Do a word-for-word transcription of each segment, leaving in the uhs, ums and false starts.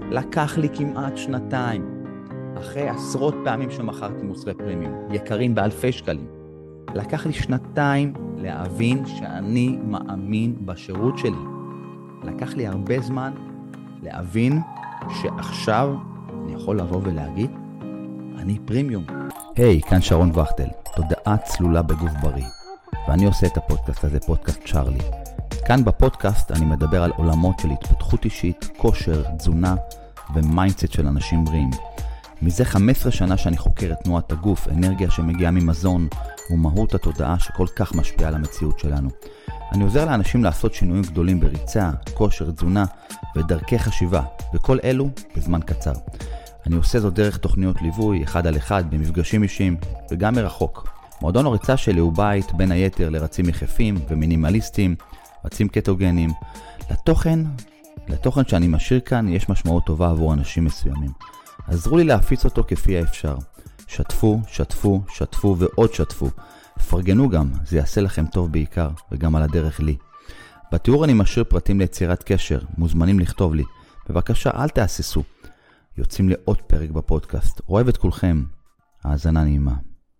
לקח לי כמעט שנתיים, אחרי עשרות פעמים שמכרתי מוצרי פרימיום, יקרים באלפי שקלים. לקח לי שנתיים להבין שאני מאמין בשירות שלי. לקח לי הרבה זמן להבין שעכשיו אני יכול לבוא ולהגיד, אני פרימיום. היי, כאן שרון וכטל, תודעה צלולה בגוף בריא. ואני עושה את הפודקאסט הזה, פודקאסט צ'רלי. כאן בפודקאסט אני מדבר על עולמות של התפתחות אישית, כושר, תזונה ומיינדסט של אנשים בריאים. מזה חמש עשרה שנה שאני חוקר את תנועת הגוף, אנרגיה שמגיעה ממזון ומהות התודעה שכל כך משפיעה על המציאות שלנו. אני עוזר לאנשים לעשות שינויים גדולים בריצה, כושר, תזונה ודרכי חשיבה, וכל אלו בזמן קצר. אני עושה זאת דרך תוכניות ליווי, אחד על אחד, במפגשים אישיים וגם מרחוק. מועדון הריצה שלי הוא בית בין היתר לרצים יחפים ומינימליסטים, רצים קטוגנים. לתוכן, לתוכן שאני משאיר כאן יש משמעות טובה עבור אנשים מסוימים. עזרו לי להפיץ אותו כפי האפשר. שתפו, שתפו, שתפו ועוד שתפו. פרגנו גם, זה יעשה לכם טוב בעיקר, וגם על הדרך לי. בתיאור אני משאיר פרטים ליצירת קשר, מוזמנים לכתוב לי. בבקשה, אל תהססו. יוצאים לעוד פרק בפודקאסט. אוהב את כולכם. האזנה נעימה.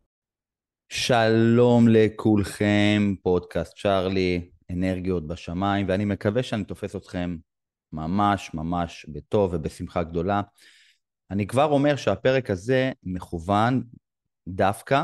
שלום לכולכם, פודקאסט צ'רלי, אנרגיות בשמיים, ואני מקווה שאני תופס אתכם ממש ממש בטוב ובשמחה גדולה. אני כבר אומר שהפרק הזה מכוון דווקא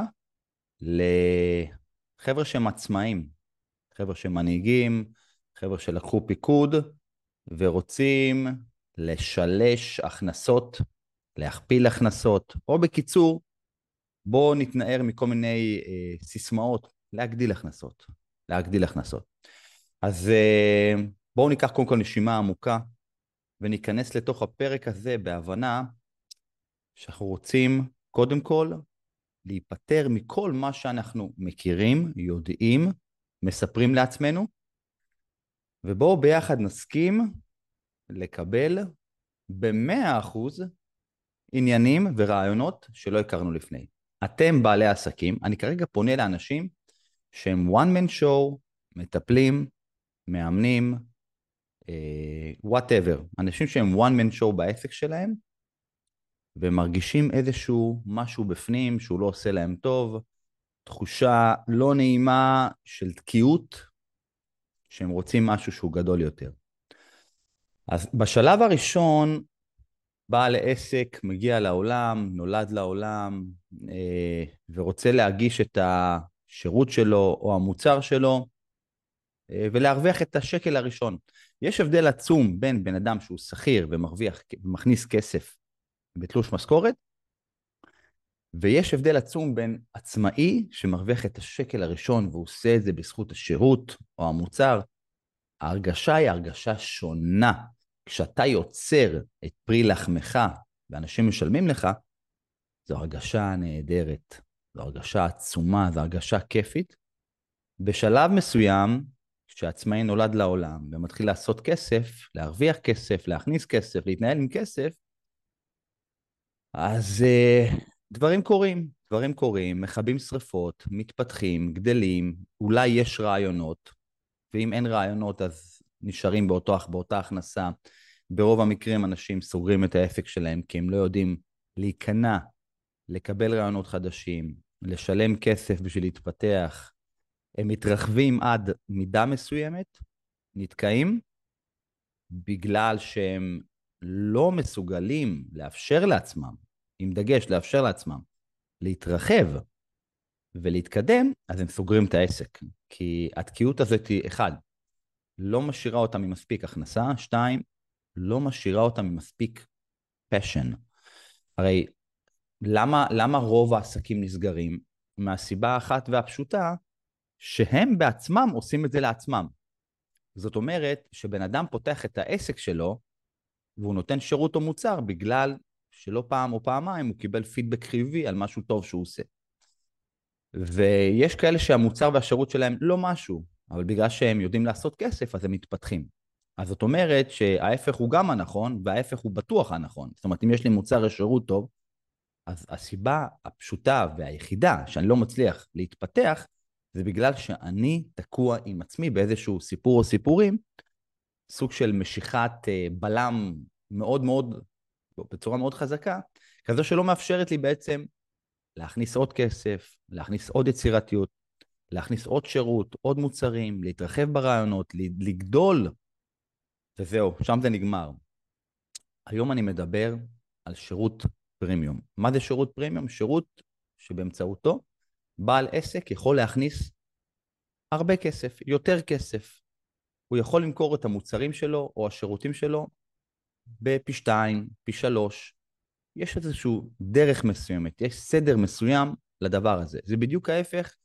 לחבר'ה שהם עצמאים, חבר'ה שמנהיגים, חבר'ה שלקחו פיקוד ורוצים לשלש הכנסות, להכפיל הכנסות, או בקיצור, בואו נתנער מכל מיני אה, סיסמאות, להגדיל הכנסות, להגדיל הכנסות. אז אה, בואו ניקח קודם כל נשימה עמוקה, וניכנס לתוך הפרק הזה בהבנה, שאנחנו רוצים קודם כל להיפטר מכל מה שאנחנו מכירים, יודעים, מספרים לעצמנו, ובואו ביחד נסכים לקבל ב-מאה אחוז עניינים ורעיונות שלא הכרנו לפני. אתם בעלי עסקים, אני כרגע פונה לאנשים שהם one man show, מטפלים, מאמנים, uh, whatever, אנשים שהם one man show בעסק שלהם, ומרגישים איזשהו משהו בפנים שהוא לא עושה להם טוב, תחושה לא נעימה של תקיעות, שהם רוצים משהו שהוא גדול יותר. אז בשלב הראשון, בעל עסק מגיע לעולם, נולד לעולם, אה, ורוצה להגיש את השירות שלו או המוצר שלו, אה, ולהרוויח את השקל הראשון. יש הבדל עצום בין בן אדם שהוא שכיר ומרוויח ומכניס כסף בתלוש משכורת, ויש הבדל עצום בין עצמאי שמרוויח את השקל הראשון והוא עושה את זה בזכות השירות או המוצר. ההרגשה היא הרגשה שונה. כשאתה יוצר את פרי לחמך ואנשים משלמים לך, זו הרגשה נהדרת, זו הרגשה עצומה, זו הרגשה כיפית. בשלב מסוים, כשהעצמאי נולד לעולם ומתחיל לעשות כסף, להרוויח כסף, להכניס כסף, להתנהל עם כסף, אז uh, דברים קורים, דברים קורים, מכבים שריפות, מתפתחים, גדלים, אולי יש רעיונות, ואם אין רעיונות אז נשארים באותו, באותה הכנסה. ברוב המקרים אנשים סוגרים את העסק שלהם כי הם לא יודעים להיכנע, לקבל רעיונות חדשים, לשלם כסף בשביל להתפתח. הם מתרחבים עד מידה מסוימת, נתקעים, בגלל שהם לא מסוגלים לאפשר לעצמם, עם דגש לאפשר לעצמם, להתרחב ולהתקדם, אז הם סוגרים את העסק. כי התקיעות הזאת היא, אחד, לא משאירה אותם ממספיק הכנסה, שתיים, לא משאירה אותם ממספיק passion. הרי למה, למה רוב העסקים נסגרים? מהסיבה האחת והפשוטה, שהם בעצמם עושים את זה לעצמם. זאת אומרת, שבן אדם פותח את העסק שלו, והוא נותן שירות או מוצר, בגלל שלא פעם או פעמיים הוא קיבל פידבק חיובי על משהו טוב שהוא עושה. ויש כאלה שהמוצר והשירות שלהם לא משהו, אבל בגלל שהם יודעים לעשות כסף, אז הם מתפתחים. אז זאת אומרת שההפך הוא גם הנכון, וההפך הוא בטוח הנכון. זאת אומרת, אם יש לי מוצר ושירות טוב, אז הסיבה הפשוטה והיחידה שאני לא מצליח להתפתח, זה בגלל שאני תקוע עם עצמי באיזשהו סיפור או סיפורים, סוג של משיכת בלם מאוד מאוד בצורה מאוד חזקה, כזו שלא מאפשרת לי בעצם להכניס עוד כסף, להכניס עוד יצירתיות, להכניס עוד שירות, עוד מוצרים, להתרחב ברעיונות, לגדול, וזהו, שם זה נגמר. היום אני מדבר על שירות פרימיום. מה זה שירות פרימיום? שירות שבאמצעותו בעל עסק יכול להכניס הרבה כסף, יותר כסף. הוא יכול למכור את המוצרים שלו או השירותים שלו בפי שתיים, פי שלוש. יש איזשהו דרך מסוימת, יש סדר מסוים לדבר הזה. זה בדיוק ההפך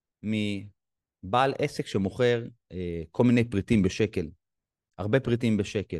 מבעל עסק שמוכר אה, כל מיני פריטים בשקל, הרבה פריטים בשקל.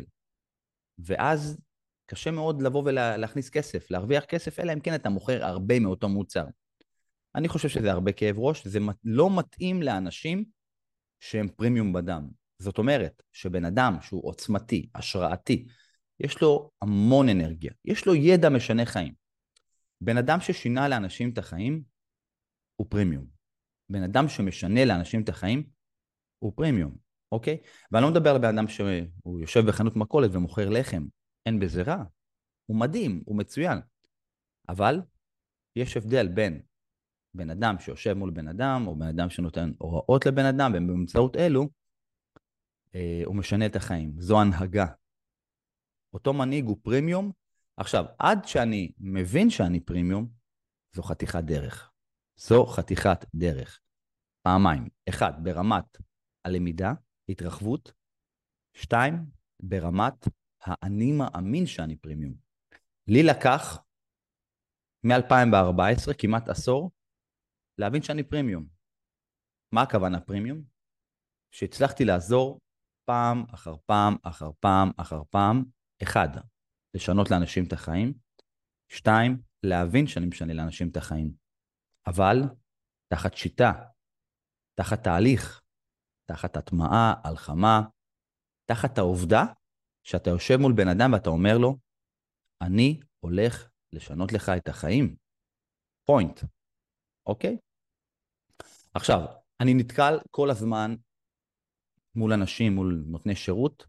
ואז קשה מאוד לבוא ולהכניס כסף, להרוויח כסף, אלא אם כן אתה מוכר הרבה מאותו מוצר. אני חושב שזה הרבה כאב ראש, זה לא מתאים לאנשים שהם פרימיום בדם. זאת אומרת, שבן אדם שהוא עוצמתי, השראתי, יש לו המון אנרגיה, יש לו ידע משנה חיים. בן אדם ששינה לאנשים את החיים, הוא פרימיום. בן אדם שמשנה לאנשים את החיים, הוא פרימיום, אוקיי? ואני לא מדבר על בן אדם שהוא יושב בחנות מכולת ומוכר לחם, אין בזה רע. הוא מדהים, הוא מצוין. אבל יש הבדל בין בן אדם שיושב מול בן אדם, או בן אדם שנותן הוראות לבן אדם, ובאמצעות אלו, אה, הוא משנה את החיים. זו הנהגה. אותו מנהיג הוא פרימיום. עכשיו, עד שאני מבין שאני פרימיום, זו חתיכת דרך. זו חתיכת דרך. פעמיים. אחד, ברמת הלמידה, התרחבות. שתיים, ברמת האני מאמין שאני פרימיום. לי לקח מ-אלפיים וארבע עשרה, כמעט עשור, להבין שאני פרימיום. מה הכוונה פרימיום? שהצלחתי לעזור פעם אחר פעם אחר פעם אחר פעם, אחד, לשנות לאנשים את החיים, שתיים, להבין שאני משנה לאנשים את החיים. אבל תחת שיטה, תחת תהליך, תחת הטמעה, הלחמה, תחת העובדה שאתה יושב מול בן אדם ואתה אומר לו, אני הולך לשנות לך את החיים. פוינט. אוקיי? עכשיו, אני נתקל כל הזמן מול אנשים, מול נותני שירות,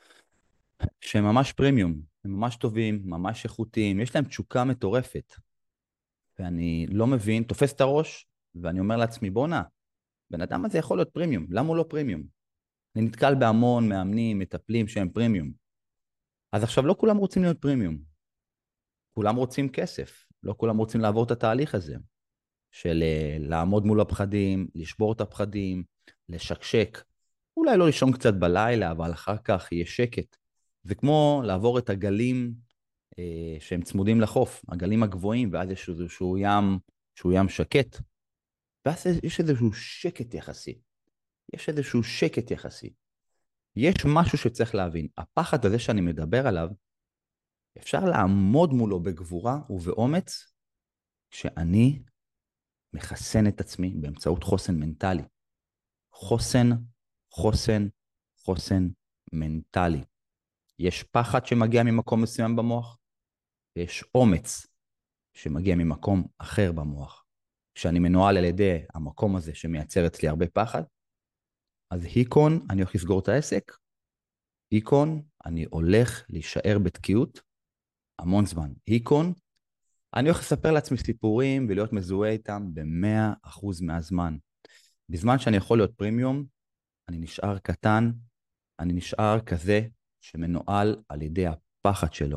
שהם ממש פרימיום, הם ממש טובים, ממש איכותיים, יש להם תשוקה מטורפת. ואני לא מבין, תופס את הראש, ואני אומר לעצמי, בוא נע, בן אדם הזה יכול להיות פרימיום, למה הוא לא פרימיום? אני נתקל בהמון מאמנים, מטפלים שהם פרימיום. אז עכשיו לא כולם רוצים להיות פרימיום. כולם רוצים כסף, לא כולם רוצים לעבור את התהליך הזה, של לעמוד מול הפחדים, לשבור את הפחדים, לשקשק, אולי לא לישון קצת בלילה, אבל אחר כך יהיה שקט. זה כמו לעבור את הגלים אה, שהם צמודים לחוף, הגלים הגבוהים, ואז יש איזשהו ים, שהוא ים שקט, ואז יש איזשהו שקט יחסי. יש איזשהו שקט יחסי. יש משהו שצריך להבין. הפחד הזה שאני מדבר עליו, אפשר לעמוד מולו בגבורה ובאומץ, כשאני מחסן את עצמי באמצעות חוסן מנטלי. חוסן, חוסן, חוסן מנטלי. יש פחד שמגיע ממקום מסוים במוח, ויש אומץ שמגיע ממקום אחר במוח. כשאני מנוהל על ידי המקום הזה שמייצר אצלי הרבה פחד, אז היקון, אני הולך לסגור את העסק, היקון, אני הולך להישאר בתקיעות המון זמן. היקון, אני הולך לספר לעצמי סיפורים ולהיות מזוהה איתם ב-מאה אחוז מהזמן. בזמן שאני יכול להיות פרימיום, אני נשאר קטן, אני נשאר כזה שמנוהל על ידי הפחד שלו.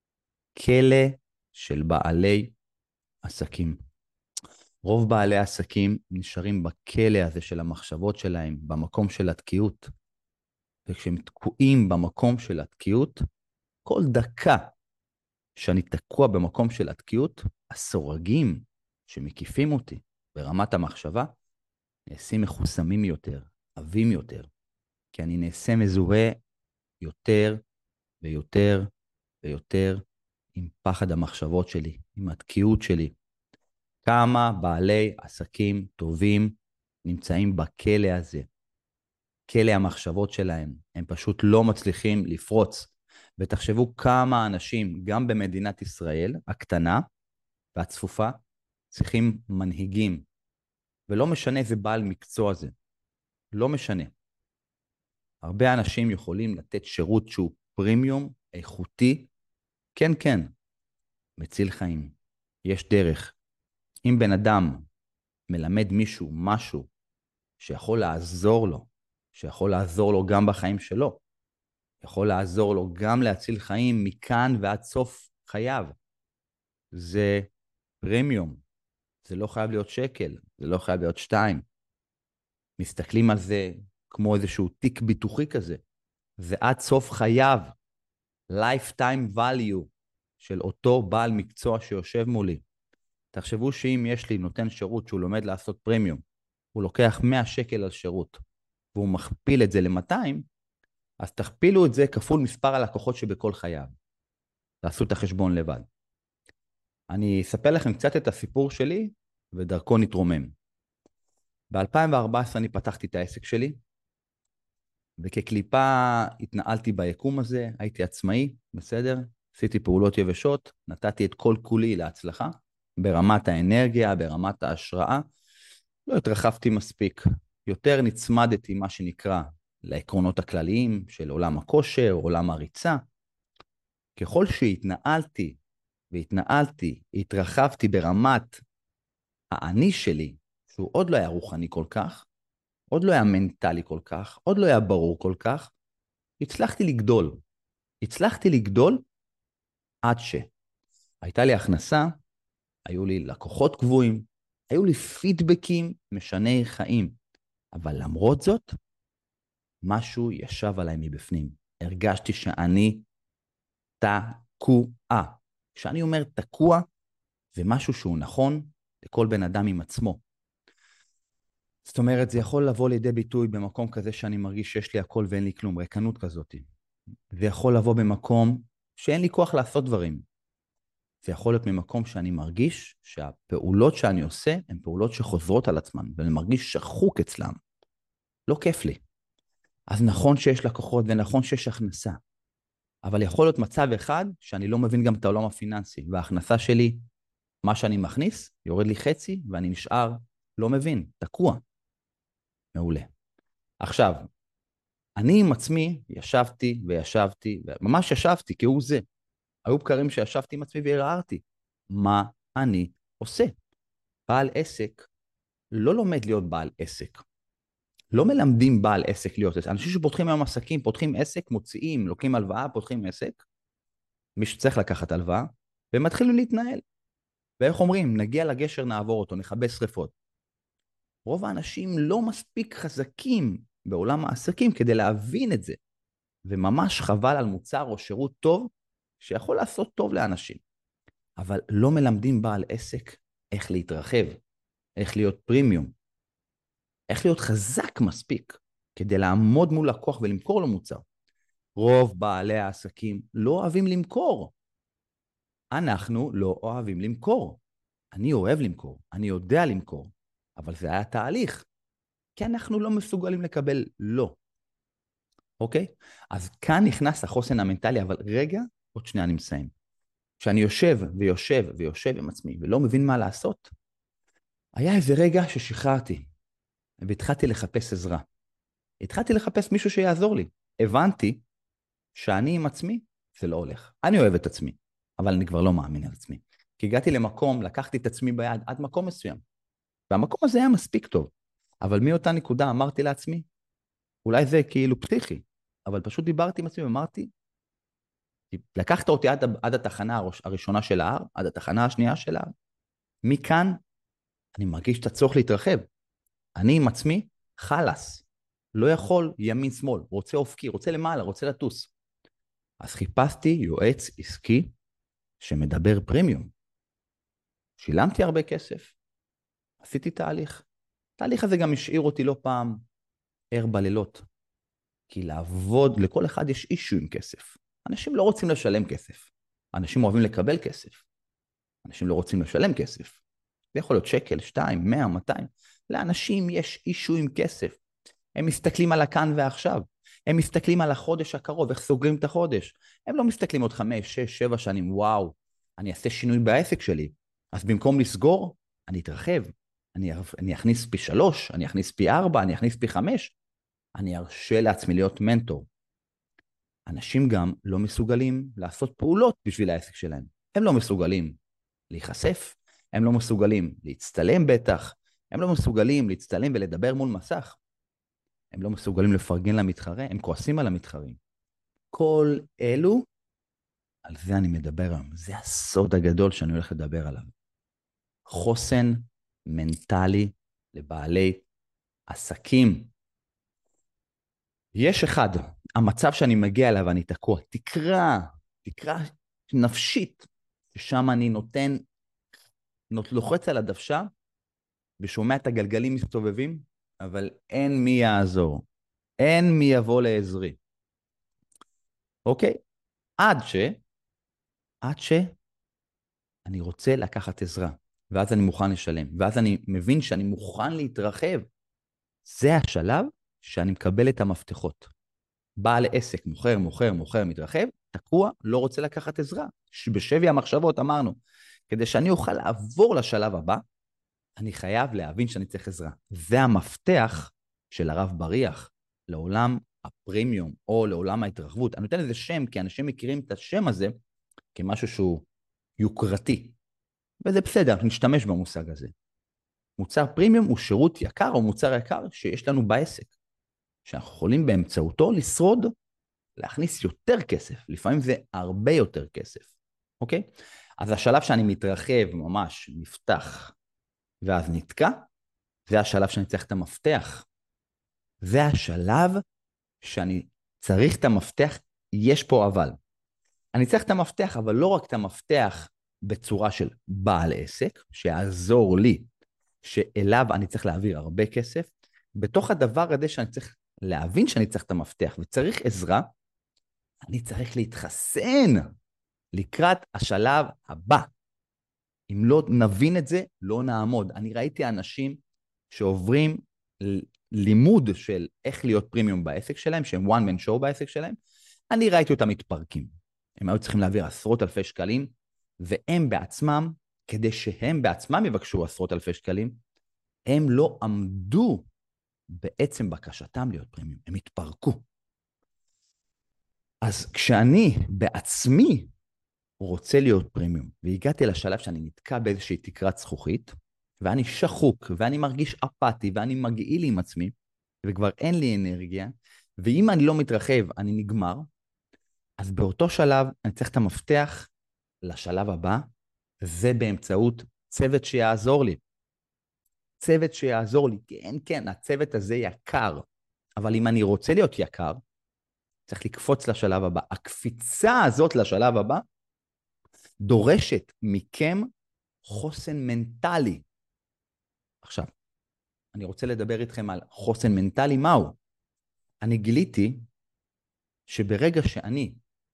כלא של בעלי עסקים. רוב בעלי עסקים נשארים בכלא הזה של המחשבות שלהם, במקום של התקיעות. וכשהם תקועים במקום של התקיעות, כל דקה שאני תקוע במקום של התקיעות, הסורגים שמקיפים אותי ברמת המחשבה, נעשים מחוסמים יותר, עבים יותר, כי אני נעשה מזוהה יותר ויותר ויותר עם פחד המחשבות שלי, עם התקיעות שלי. כמה בעלי עסקים טובים נמצאים בכלא הזה, כלא המחשבות שלהם, הם פשוט לא מצליחים לפרוץ. ותחשבו כמה אנשים, גם במדינת ישראל הקטנה והצפופה, צריכים מנהיגים, ולא משנה איזה בעל מקצוע זה, לא משנה. הרבה אנשים יכולים לתת שירות שהוא פרימיום, איכותי, כן, כן, מציל חיים. יש דרך. אם בן אדם מלמד מישהו משהו שיכול לעזור לו, שיכול לעזור לו גם בחיים שלו, יכול לעזור לו גם להציל חיים מכאן ועד סוף חייו, זה פרמיום. זה לא חייב להיות שקל, זה לא חייב להיות שתיים. מסתכלים על זה כמו איזשהו תיק ביטוחי כזה. זה עד סוף חייו, lifetime value של אותו בעל מקצוע שיושב מולי. תחשבו שאם יש לי נותן שירות שהוא לומד לעשות פרמיום, הוא לוקח מאה שקל על שירות, והוא מכפיל את זה ל-מאתיים, אז תכפילו את זה כפול מספר הלקוחות שבכל חייו. תעשו את החשבון לבד. אני אספר לכם קצת את הסיפור שלי, ודרכו נתרומם. ב-אלפיים וארבע עשרה אני פתחתי את העסק שלי, וכקליפה התנהלתי ביקום הזה, הייתי עצמאי, בסדר? עשיתי פעולות יבשות, נתתי את כל כולי להצלחה, ברמת האנרגיה, ברמת ההשראה, לא התרחבתי מספיק. יותר נצמדתי מה שנקרא לעקרונות הכלליים של עולם הכושר, עולם הריצה. ככל שהתנהלתי והתנהלתי, התרחבתי ברמת האני שלי, שהוא עוד לא היה רוחני כל כך, עוד לא היה מנטלי כל כך, עוד לא היה ברור כל כך, הצלחתי לגדול. הצלחתי לגדול עד שהייתה לי הכנסה, היו לי לקוחות קבועים, היו לי פידבקים משני חיים. אבל למרות זאת, משהו ישב עליי מבפנים. הרגשתי שאני תקוע. כשאני אומר תקוע, זה משהו שהוא נכון לכל בן אדם עם עצמו. זאת אומרת, זה יכול לבוא לידי ביטוי במקום כזה שאני מרגיש שיש לי הכל ואין לי כלום, ריקנות כזאת. זה יכול לבוא במקום שאין לי כוח לעשות דברים. זה יכול להיות ממקום שאני מרגיש שהפעולות שאני עושה הן פעולות שחוזרות על עצמן, ואני מרגיש שחוק אצלם. לא כיף לי. אז נכון שיש לקוחות ונכון שיש הכנסה, אבל יכול להיות מצב אחד שאני לא מבין גם את העולם הפיננסי, וההכנסה שלי, מה שאני מכניס, יורד לי חצי, ואני נשאר לא מבין, תקוע. מעולה. עכשיו, אני עם עצמי ישבתי וישבתי, ממש ישבתי, כי הוא זה. היו בקרים שישבתי עם עצמי והרערתי. מה אני עושה? בעל עסק לא לומד להיות בעל עסק. לא מלמדים בעל עסק להיות עסק. אנשים שפותחים היום עסקים, פותחים עסק, מוציאים, לוקחים הלוואה, פותחים עסק. מי שצריך לקחת הלוואה, והם מתחילים להתנהל. ואיך אומרים? נגיע לגשר, נעבור אותו, נכבה שריפות. רוב האנשים לא מספיק חזקים בעולם העסקים כדי להבין את זה. וממש חבל על מוצר או שירות טוב, שיכול לעשות טוב לאנשים. אבל לא מלמדים בעל עסק איך להתרחב, איך להיות פרימיום, איך להיות חזק מספיק כדי לעמוד מול לקוח ולמכור לו מוצר. רוב בעלי העסקים לא אוהבים למכור. אנחנו לא אוהבים למכור. אני אוהב למכור, אני יודע למכור, אבל זה היה תהליך, כי אנחנו לא מסוגלים לקבל לא. אוקיי? אז כאן נכנס החוסן המנטלי, אבל רגע, עוד שנייה אני מסיים. כשאני יושב ויושב ויושב עם עצמי ולא מבין מה לעשות, היה איזה רגע ששחררתי, והתחלתי לחפש עזרה. התחלתי לחפש מישהו שיעזור לי. הבנתי שאני עם עצמי, זה לא הולך. אני אוהב את עצמי, אבל אני כבר לא מאמין על עצמי. כי הגעתי למקום, לקחתי את עצמי ביד עד מקום מסוים. והמקום הזה היה מספיק טוב. אבל מאותה נקודה אמרתי לעצמי, אולי זה כאילו פתיחי, אבל פשוט דיברתי עם עצמי ואמרתי, לקחת אותי עד, עד התחנה הראשונה של ההר, עד התחנה השנייה של ההר. מכאן אני מרגיש את הצורך להתרחב. אני עם עצמי חלס. לא יכול ימין שמאל, רוצה אופקי, רוצה למעלה, רוצה לטוס. אז חיפשתי יועץ עסקי שמדבר פרימיום. שילמתי הרבה כסף. עשיתי תהליך. התהליך הזה גם השאיר אותי לא פעם ער בלילות. כי לעבוד, לכל אחד יש אישו עם כסף. אנשים לא רוצים לשלם כסף. אנשים אוהבים לקבל כסף. אנשים לא רוצים לשלם כסף. זה יכול להיות שקל, שתיים, מאה, מאתיים. לאנשים יש אישו עם כסף. הם מסתכלים על הכאן ועכשיו. הם מסתכלים על החודש הקרוב, איך סוגרים את החודש. הם לא מסתכלים עוד חמש, שש, שבע שנים, וואו, אני אעשה שינוי בעסק שלי. אז במקום לסגור, אני אתרחב. אני, אני אכניס פי שלוש, אני אכניס פי ארבע, אני אכניס פי חמש. אני ארשה לעצמי להיות מנטור. אנשים גם לא מסוגלים לעשות פעולות בשביל העסק שלהם. הם לא מסוגלים להיחשף, הם לא מסוגלים להצטלם בטח, הם לא מסוגלים להצטלם ולדבר מול מסך, הם לא מסוגלים לפרגן למתחרה, הם כועסים על המתחרים. כל אלו, על זה אני מדבר היום. זה הסוד הגדול שאני הולך לדבר עליו. חוסן מנטלי לבעלי עסקים. יש אחד, המצב שאני מגיע אליו ואני תקוע, תקרא, תקרא נפשית, ששם אני נותן, לוחץ על הדוושה, ושומע את הגלגלים מסתובבים, אבל אין מי יעזור, אין מי יבוא לעזרי. אוקיי? עד ש, עד ש, אני רוצה לקחת עזרה, ואז אני מוכן לשלם, ואז אני מבין שאני מוכן להתרחב. זה השלב שאני מקבל את המפתחות. בעל עסק, מוכר, מוכר, מוכר, מתרחב, תקוע, לא רוצה לקחת עזרה. בשבי המחשבות אמרנו, כדי שאני אוכל לעבור לשלב הבא, אני חייב להבין שאני צריך עזרה. זה המפתח של הרב בריח לעולם הפרימיום, או לעולם ההתרחבות. אני נותן לזה שם, כי אנשים מכירים את השם הזה כמשהו שהוא יוקרתי. וזה בסדר, אנחנו נשתמש במושג הזה. מוצר פרימיום הוא שירות יקר, או מוצר יקר שיש לנו בעסק. שאנחנו יכולים באמצעותו לשרוד, להכניס יותר כסף. לפעמים זה הרבה יותר כסף. אוקיי? אז השלב שאני מתרחב ממש, נפתח, ואז נתקע, זה השלב שאני צריך את המפתח. זה השלב שאני צריך את המפתח, יש פה אבל. אני צריך את המפתח, אבל לא רק את המפתח בצורה של בעל עסק, שיעזור לי, שאליו אני צריך להעביר הרבה כסף, בתוך הדבר הזה שאני צריך להבין שאני צריך את המפתח, וצריך עזרה, אני צריך להתחסן לקראת השלב הבא. אם לא נבין את זה, לא נעמוד. אני ראיתי אנשים שעוברים לימוד של איך להיות פרימיום בעסק שלהם, שהם one man show בעסק שלהם, אני ראיתי אותם מתפרקים. הם היו צריכים להעביר עשרות אלפי שקלים, והם בעצמם, כדי שהם בעצמם יבקשו עשרות אלפי שקלים, הם לא עמדו בעצם בקשתם להיות פרימיום, הם התפרקו. אז כשאני בעצמי רוצה להיות פרימיום, והגעתי לשלב שאני נתקע באיזושהי תקרת זכוכית, ואני שחוק, ואני מרגיש אפתי, ואני מגעיל עם עצמי, וכבר אין לי אנרגיה, ואם אני לא מתרחב, אני נגמר, אז באותו שלב אני צריך את המפתח לשלב הבא, זה באמצעות צוות שיעזור לי. צוות שיעזור לי, כן, כן, הצוות הזה יקר, אבל אם אני רוצה להיות יקר, צריך לקפוץ לשלב הבא. הקפיצה הזאת לשלב הבא, דורשת מכם חוסן מנטלי. עכשיו, אני רוצה לדבר איתכם על חוסן מנטלי, מהו? אני גיליתי שברגע שאני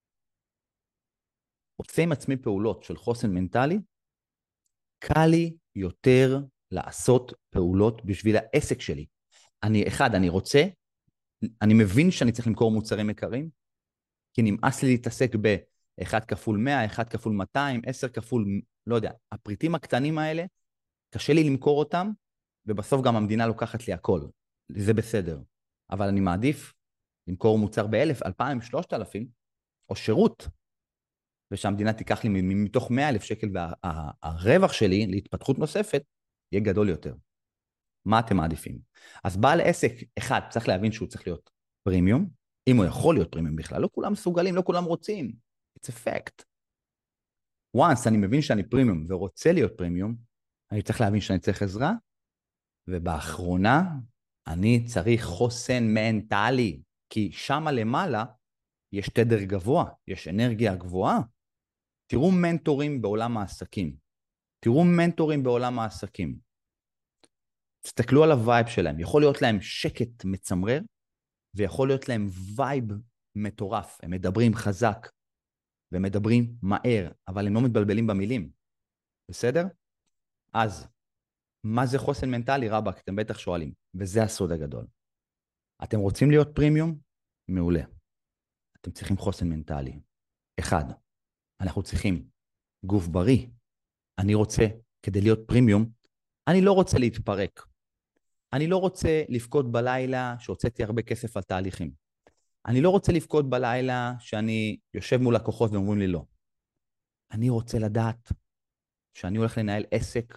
עושה עם עצמי פעולות של חוסן מנטלי, קל לי יותר לעשות פעולות בשביל העסק שלי. אני, אחד, אני רוצה, אני מבין שאני צריך למכור מוצרים יקרים, כי נמאס לי להתעסק ב-אחד כפול מאה, אחד כפול מאתיים, עשר כפול, לא יודע, הפריטים הקטנים האלה, קשה לי למכור אותם, ובסוף גם המדינה לוקחת לי הכל. זה בסדר. אבל אני מעדיף למכור מוצר באלף, אלפיים, שלושת אלפים, או שירות, ושהמדינה תיקח לי מתוך מאה אלף שקל, והרווח שלי להתפתחות נוספת יהיה גדול יותר. מה אתם מעדיפים? אז בעל עסק, אחד, צריך להבין שהוא צריך להיות פרימיום, אם הוא יכול להיות פרימיום בכלל, לא כולם מסוגלים, לא כולם רוצים. It's a fact. once אני מבין שאני פרימיום ורוצה להיות פרימיום, אני צריך להבין שאני צריך עזרה, ובאחרונה אני צריך חוסן מנטלי, כי שמה למעלה יש תדר גבוה, יש אנרגיה גבוהה. תראו מנטורים בעולם העסקים. תראו מנטורים בעולם העסקים. תסתכלו על הווייב שלהם. יכול להיות להם שקט מצמרר, ויכול להיות להם וייב מטורף. הם מדברים חזק, ומדברים מהר, אבל הם לא מתבלבלים במילים. בסדר? אז, מה זה חוסן מנטלי, רבק? אתם בטח שואלים. וזה הסוד הגדול. אתם רוצים להיות פרימיום? מעולה. אתם צריכים חוסן מנטלי. אחד, אנחנו צריכים גוף בריא. אני רוצה, כדי להיות פרימיום, אני לא רוצה להתפרק. אני לא רוצה לפקוד בלילה שהוצאתי הרבה כסף על תהליכים. אני לא רוצה לפקוד בלילה שאני יושב מול לקוחות ואומרים לי לא. אני רוצה לדעת שאני הולך לנהל עסק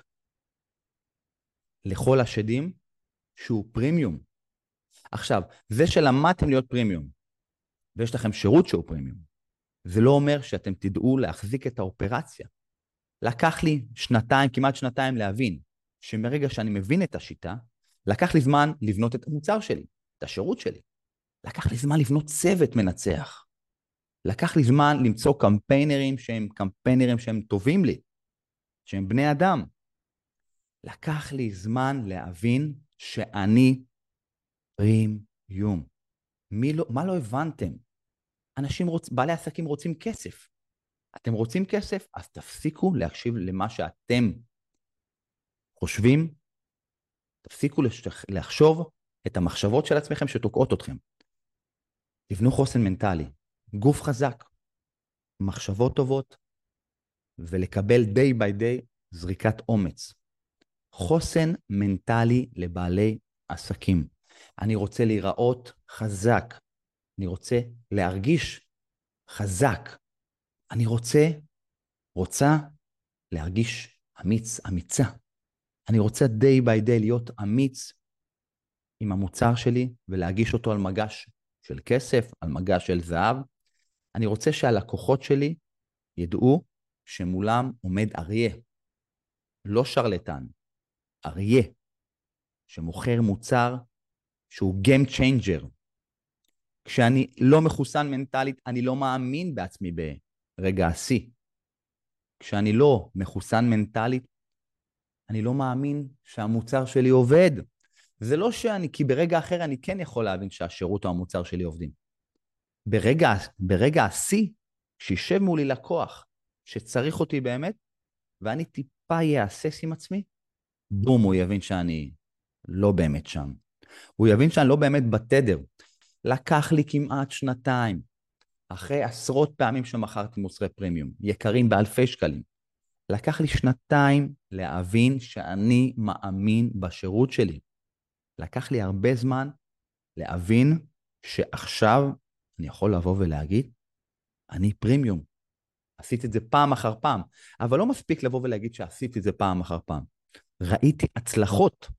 לכל השדים שהוא פרימיום. עכשיו, זה שלמדתם להיות פרימיום, ויש לכם שירות שהוא פרימיום, זה לא אומר שאתם תדעו להחזיק את האופרציה. לקח לי שנתיים, כמעט שנתיים להבין, שמרגע שאני מבין את השיטה, לקח לי זמן לבנות את המוצר שלי, את השירות שלי. לקח לי זמן לבנות צוות מנצח. לקח לי זמן למצוא קמפיינרים שהם קמפיינרים שהם טובים לי, שהם בני אדם. לקח לי זמן להבין שאני פרימיום. מי לא, מה לא הבנתם? אנשים רוצ, בעלי עסקים רוצים כסף. אתם רוצים כסף? אז תפסיקו להקשיב למה שאתם חושבים. תפסיקו לחשוב את המחשבות של עצמכם שתוקעות אתכם. תבנו חוסן מנטלי, גוף חזק, מחשבות טובות, ולקבל day by day זריקת אומץ. חוסן מנטלי לבעלי עסקים. אני רוצה להיראות חזק. אני רוצה להרגיש חזק. אני רוצה, רוצה להרגיש אמיץ, אמיצה. אני רוצה day by day להיות אמיץ עם המוצר שלי ולהגיש אותו על מגש של כסף, על מגש של זהב. אני רוצה שהלקוחות שלי ידעו שמולם עומד אריה, לא שרלטן, אריה, שמוכר מוצר שהוא game changer. כשאני לא מחוסן מנטלית, אני לא מאמין בעצמי ברגע השיא. כשאני לא מחוסן מנטלית, אני לא מאמין שהמוצר שלי עובד. זה לא שאני, כי ברגע אחר אני כן יכול להבין שהשירות או המוצר שלי עובדים. ברגע, ברגע השיא, שישב מולי לקוח שצריך אותי באמת, ואני טיפה יאסס עם עצמי, בום, הוא יבין שאני לא באמת שם. הוא יבין שאני לא באמת בתדר. לקח לי כמעט שנתיים, אחרי עשרות פעמים שמכרתי מוצרי פרימיום, יקרים באלפי שקלים. לקח לי שנתיים להבין שאני מאמין בשירות שלי. לקח לי הרבה זמן להבין שעכשיו אני יכול לבוא ולהגיד, אני פרימיום. עשיתי את זה פעם אחר פעם, אבל לא מספיק לבוא ולהגיד שעשיתי את זה פעם אחר פעם. ראיתי הצלחות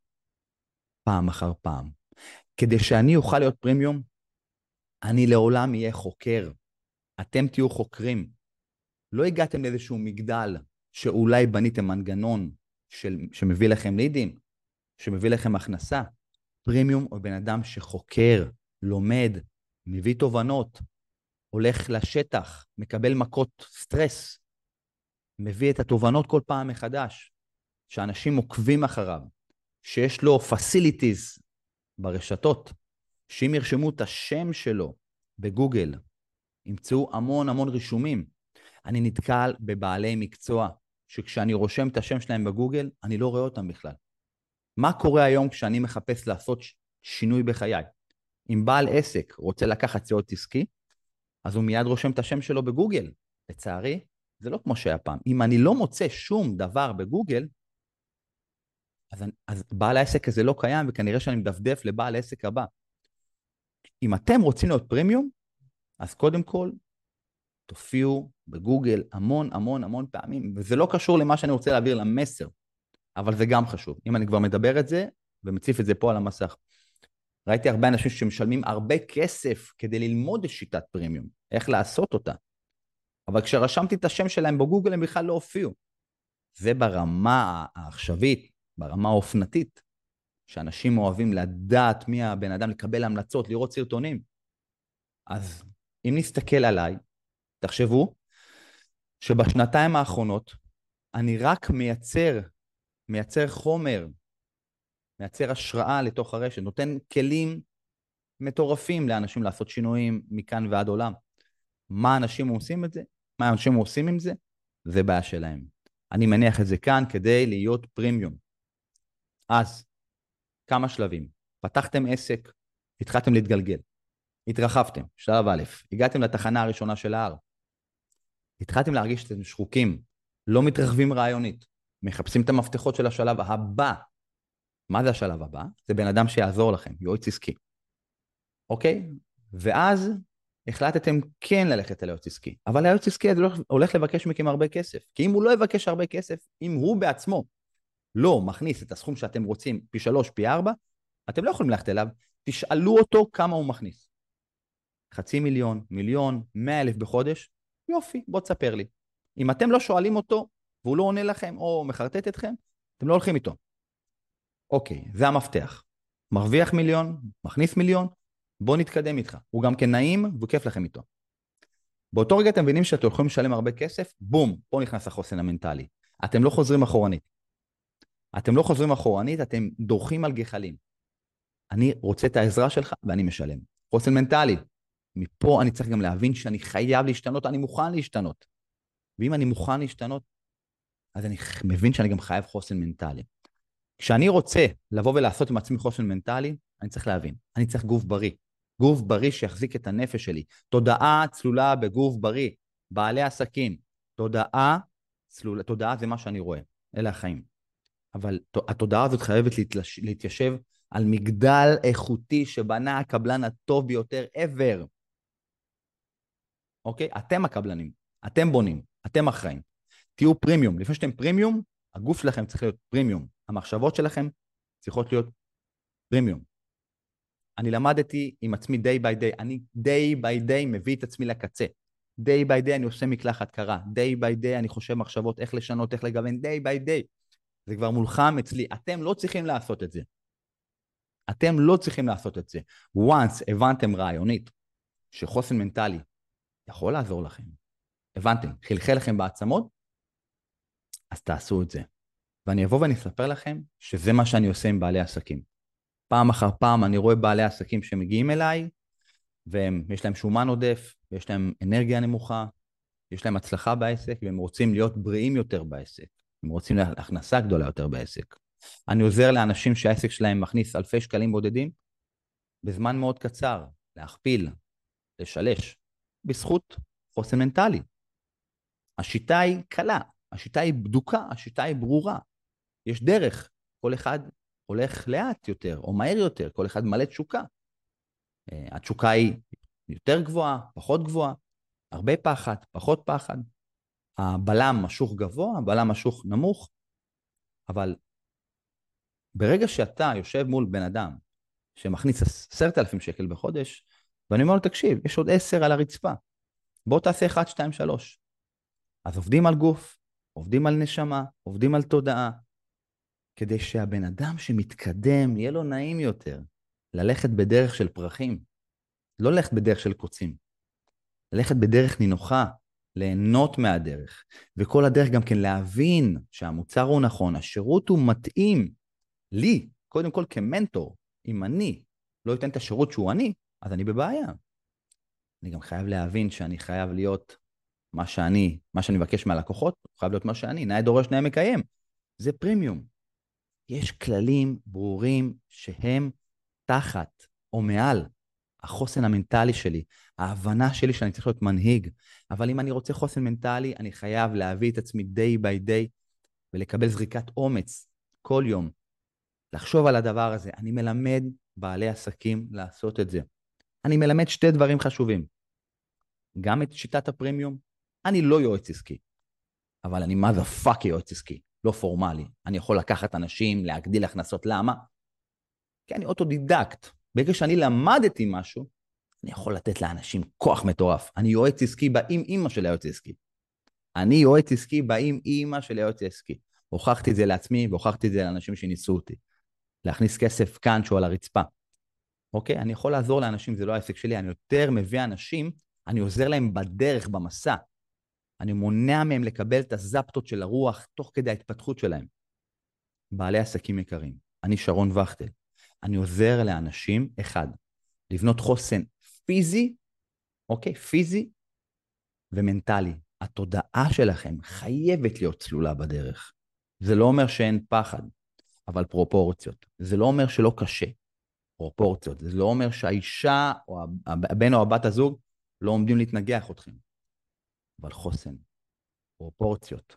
פעם אחר פעם. כדי שאני אוכל להיות פרימיום, אני לעולם אהיה חוקר. אתם תהיו חוקרים. לא הגעתם לאיזשהו מגדל שאולי בניתם מנגנון של, שמביא לכם לידים, שמביא לכם הכנסה. פרימיום הוא בן אדם שחוקר, לומד, מביא תובנות, הולך לשטח, מקבל מכות סטרס, מביא את התובנות כל פעם מחדש, שאנשים עוקבים אחריו, שיש לו facilities ברשתות, שאם ירשמו את השם שלו בגוגל, ימצאו המון המון רישומים. אני נתקל בבעלי מקצוע, שכשאני רושם את השם שלהם בגוגל, אני לא רואה אותם בכלל. מה קורה היום כשאני מחפש לעשות שינוי בחיי? אם בעל עסק רוצה לקחת ציוד עסקי, אז הוא מיד רושם את השם שלו בגוגל. לצערי, זה לא כמו שהיה פעם. אם אני לא מוצא שום דבר בגוגל, אז, אז בעל העסק הזה לא קיים, וכנראה שאני מדפדף לבעל העסק הבא. אם אתם רוצים להיות פרימיום, אז קודם כל, תופיעו בגוגל המון המון המון פעמים, וזה לא קשור למה שאני רוצה להעביר למסר, אבל זה גם חשוב. אם אני כבר מדבר את זה, ומציף את זה פה על המסך. ראיתי הרבה אנשים שמשלמים הרבה כסף כדי ללמוד את שיטת פרימיום, איך לעשות אותה. אבל כשרשמתי את השם שלהם בגוגל, הם בכלל לא הופיעו. זה ברמה העכשווית, ברמה האופנתית, שאנשים אוהבים לדעת מי הבן אדם, לקבל המלצות, לראות סרטונים. אז אם נסתכל עליי, תחשבו שבשנתיים האחרונות, אני רק מייצר, מייצר חומר, מייצר השראה לתוך הרשת, נותן כלים מטורפים לאנשים לעשות שינויים מכאן ועד עולם. מה אנשים עושים את זה? מה אנשים עושים עם זה? זה בעיה שלהם. אני מניח את זה כאן כדי להיות פרימיום. אז, כמה שלבים. פתחתם עסק, התחלתם להתגלגל, התרחבתם, שלב א', הגעתם לתחנה הראשונה של ההר, התחלתם להרגיש שאתם שחוקים, לא מתרחבים רעיונית, מחפשים את המפתחות של השלב הבא. מה זה השלב הבא? זה בן אדם שיעזור לכם, יועץ עסקי. אוקיי? ואז החלטתם כן ללכת על יועץ עסקי, אבל היועץ עסקי הזה הולך לבקש מכם הרבה כסף, כי אם הוא לא יבקש הרבה כסף, אם הוא בעצמו לא מכניס את הסכום שאתם רוצים פי שלוש, פי ארבע, אתם לא יכולים ללכת אליו, תשאלו אותו כמה הוא מכניס. חצי מיליון, מיליון, מאה אלף בחודש, יופי, בוא תספר לי. אם אתם לא שואלים אותו, והוא לא עונה לכם או מחרטט אתכם, אתם לא הולכים איתו. אוקיי, זה המפתח. מרוויח מיליון, מכניס מיליון, בוא נתקדם איתך. הוא גם כן נעים וכיף לכם איתו. באותו רגע אתם מבינים שאתם יכולים לשלם הרבה כסף, בום, פה נכנס החוסן המנטלי. אתם לא חוזרים אחורנית. אתם לא חוזרים אחורנית, אתם דורכים על גחלים. אני רוצה את העזרה שלך ואני משלם. חוסן מנטלי. מפה אני צריך גם להבין שאני חייב להשתנות, אני מוכן להשתנות. ואם אני מוכן להשתנות, אז אני מבין שאני גם חייב חוסן מנטלי. כשאני רוצה לבוא ולעשות עם עצמי חוסן מנטלי, אני צריך להבין. אני צריך גוף בריא. גוף בריא שיחזיק את הנפש שלי. תודעה צלולה בגוף בריא. בעלי עסקים. תודעה צלולה, תודעה זה מה שאני רואה. אלה החיים. אבל התודעה הזאת חייבת להתלש... להתיישב על מגדל איכותי שבנה הקבלן הטוב ביותר ever. אוקיי? אתם הקבלנים. אתם בונים. אתם אחראים. תהיו פרימיום. לפני שאתם פרימיום, הגוף שלכם צריך להיות פרימיום. המחשבות שלכם צריכות להיות פרימיום. אני למדתי עם עצמי day by day. אני day by day מביא את עצמי לקצה. day by day אני עושה מקלחת קרה. day by day אני חושב מחשבות איך לשנות, איך לגוון. day by day. זה כבר מולחם אצלי. אתם לא צריכים לעשות את זה. אתם לא צריכים לעשות את זה. once הבנתם רעיונית שחוסן מנטלי יכול לעזור לכם. הבנתם, חלחל לכם בעצמות, אז תעשו את זה. ואני אבוא ואני אספר לכם שזה מה שאני עושה עם בעלי עסקים. פעם אחר פעם אני רואה בעלי עסקים שמגיעים אליי, ויש להם שומן עודף, ויש להם אנרגיה נמוכה, יש להם הצלחה בעסק, והם רוצים להיות בריאים יותר בעסק. הם רוצים להכנסה גדולה יותר בעסק. אני עוזר לאנשים שהעסק שלהם מכניס אלפי שקלים בודדים, בזמן מאוד קצר, להכפיל, לשלש, בזכות חוסן מנטלי. השיטה היא קלה, השיטה היא בדוקה, השיטה היא ברורה. יש דרך, כל אחד הולך לאט יותר, או מהר יותר, כל אחד מלא תשוקה. התשוקה היא יותר גבוהה, פחות גבוהה, הרבה פחד, פחות פחד. הבלם משוך גבוה, הבלם משוך נמוך, אבל ברגע שאתה יושב מול בן אדם שמכניס עשרת אלפים שקל בחודש, ואני אומר לו, תקשיב, יש עוד עשר על הרצפה, בוא תעשה אחד, שתיים, שלוש. אז עובדים על גוף, עובדים על נשמה, עובדים על תודעה, כדי שהבן אדם שמתקדם יהיה לו נעים יותר, ללכת בדרך של פרחים, לא ללכת בדרך של קוצים, ללכת בדרך נינוחה, ליהנות מהדרך, וכל הדרך גם כן להבין שהמוצר הוא נכון, השירות הוא מתאים לי, קודם כל כמנטור. אם אני לא אתן את השירות שהוא אני, אז אני בבעיה. אני גם חייב להבין שאני חייב להיות מה שאני, מה שאני מבקש מהלקוחות, חייב להיות מה שאני, נאה דורש נאה מקיים. זה פרימיום. יש כללים ברורים שהם תחת או מעל החוסן המנטלי שלי, ההבנה שלי שאני צריך להיות מנהיג. אבל אם אני רוצה חוסן מנטלי, אני חייב להביא את עצמי day by day, ולקבל זריקת אומץ כל יום. לחשוב על הדבר הזה. אני מלמד בעלי עסקים לעשות את זה. אני מלמד שתי דברים חשובים. גם את שיטת הפרימיום. אני לא יועץ עסקי, אבל אני מה זה פאק יועץ עסקי, לא פורמלי. אני יכול לקחת אנשים, להגדיל הכנסות. למה? כי אני אוטודידקט. ברגע שאני למדתי משהו, אני יכול לתת לאנשים כוח מטורף. אני יועץ עסקי באים אימא של היועץ עסקי. אני יועץ עסקי באים אימא של היועץ עסקי. הוכחתי את זה לעצמי, והוכחתי את זה לאנשים שניסו אותי. להכניס כסף כאן שהוא על הרצפה. אוקיי? אני יכול לעזור לאנשים, זה לא העסק שלי, אני יותר מביא אנשים, אני עוזר להם בדרך, במסע. אני מונע מהם לקבל את הזפטות של הרוח, תוך כדי ההתפתחות שלהם. בעלי עסקים יקרים. אני שרון וכטל. אני עוזר לאנשים, אחד, לבנות חוסן פיזי, אוקיי? פיזי ומנטלי. התודעה שלכם חייבת להיות צלולה בדרך. זה לא אומר שאין פחד, אבל פרופורציות. זה לא אומר שלא קשה. פרופורציות. זה לא אומר שהאישה או הבן או הבת הזוג לא עומדים להתנגח אתכם. אבל חוסן, פרופורציות.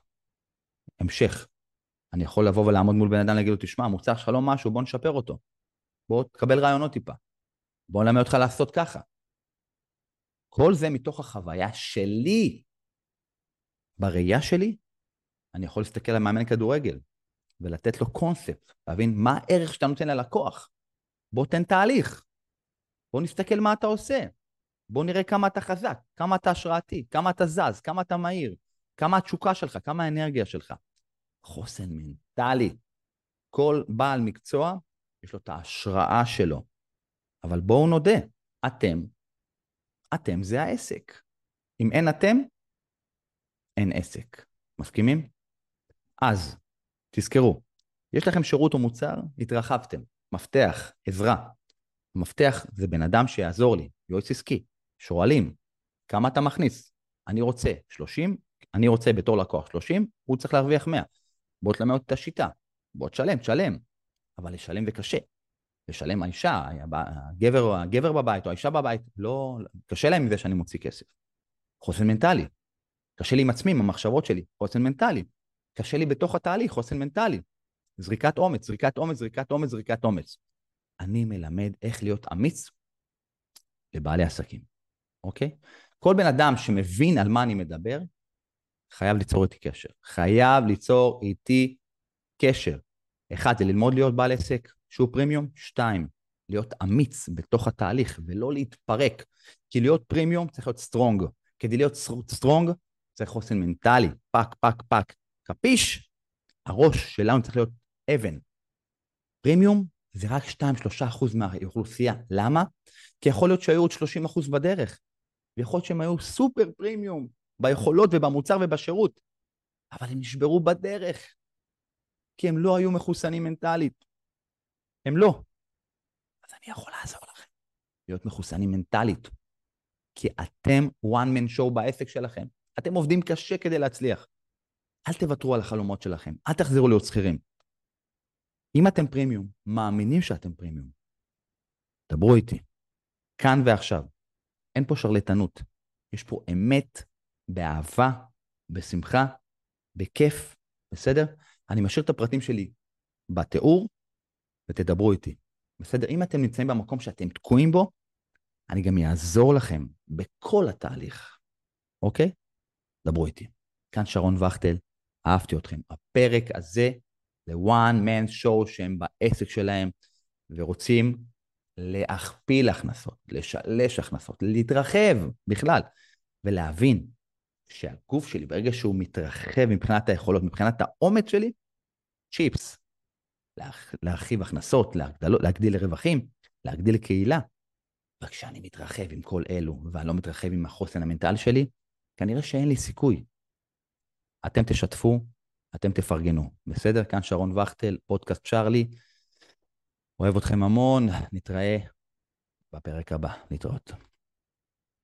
המשך. אני יכול לבוא ולעמוד מול בן אדם להגיד לו, תשמע, המוצר שלך לא משהו, בוא נשפר אותו. בוא תקבל רעיונות טיפה. בוא נלמד אותך לעשות ככה. כל זה מתוך החוויה שלי. בראייה שלי, אני יכול להסתכל על מאמן כדורגל, ולתת לו קונספט, להבין מה הערך שאתה נותן ללקוח. בוא תן תהליך. בוא נסתכל מה אתה עושה. בוא נראה כמה אתה חזק, כמה אתה השראתי, כמה אתה זז, כמה אתה מהיר, כמה התשוקה שלך, כמה האנרגיה שלך. חוסן מנטלי. כל בעל מקצוע, יש לו את ההשראה שלו. אבל בואו נודה, אתם, אתם זה העסק. אם אין אתם, אין עסק. מסכימים? אז, תזכרו, יש לכם שירות או מוצר, התרחבתם. מפתח, עזרה. מפתח זה בן אדם שיעזור לי, יועץ עסקי. שואלים, כמה אתה מכניס? אני רוצה שלושים, אני רוצה בתור לקוח שלושים, הוא צריך להרוויח מאה. בוא תלמד את השיטה, בוא תשלם, תשלם. אבל לשלם וקשה. לשלם האישה, הגבר, הגבר בבית או האישה בבית, לא, קשה להם מזה שאני מוציא כסף. חוסן מנטלי. קשה לי עם עצמי, עם המחשבות שלי, חוסן מנטלי. קשה לי בתוך התהליך, חוסן מנטלי. זריקת אומץ, זריקת אומץ, זריקת אומץ, זריקת אומץ. אני מלמד איך להיות אמיץ לבעלי עסקים, אוקיי? כל בן אדם שמבין על מה אני מדבר, חייב ליצור איתי קשר. חייב ליצור איתי קשר. אחד, זה ללמוד להיות בעל עסק שהוא פרימיום. שתיים, להיות אמיץ בתוך התהליך ולא להתפרק. כי להיות פרימיום צריך להיות סטרונג. כדי להיות סטרונג צריך חוסן מנטלי. פק, פק, פק. קפיש? הראש שלנו צריך להיות אבן. פרימיום זה רק שתיים עד שלושה אחוז מהאוכלוסייה. למה? כי יכול להיות שהיו עוד שלושים אחוז בדרך. ויכול להיות שהם היו סופר פרימיום ביכולות ובמוצר ובשירות. אבל הם נשברו בדרך. כי הם לא היו מחוסנים מנטלית. הם לא. אז אני יכול לעזור לכם. להיות מחוסנים מנטלית. כי אתם one man show בעסק שלכם. אתם עובדים קשה כדי להצליח. אל תוותרו על החלומות שלכם. אל תחזרו להיות שכירים. אם אתם פרימיום, מאמינים שאתם פרימיום. דברו איתי. כאן ועכשיו. אין פה שרלטנות. יש פה אמת, באהבה, בשמחה, בכיף. בסדר? אני משאיר את הפרטים שלי בתיאור, ותדברו איתי. בסדר? אם אתם נמצאים במקום שאתם תקועים בו, אני גם יעזור לכם בכל התהליך. אוקיי? דברו איתי. כאן שרון וכטל, אהבתי אתכם. הפרק הזה זה one man show שהם בעסק שלהם, ורוצים להכפיל הכנסות, לשלש הכנסות, להתרחב בכלל, ולהבין שהגוף שלי, ברגע שהוא מתרחב מבחינת היכולות, מבחינת האומץ שלי, צ'יפס, להרחיב הכנסות, להגדל, להגדיל לרווחים, להגדיל לקהילה. וכשאני מתרחב עם כל אלו, ואני לא מתרחב עם החוסן המנטלי שלי, כנראה שאין לי סיכוי. אתם תשתפו, אתם תפרגנו. בסדר? כאן שרון וכטל, פודקאסט צ'רלי. אוהב אתכם המון, נתראה בפרק הבא. להתראות.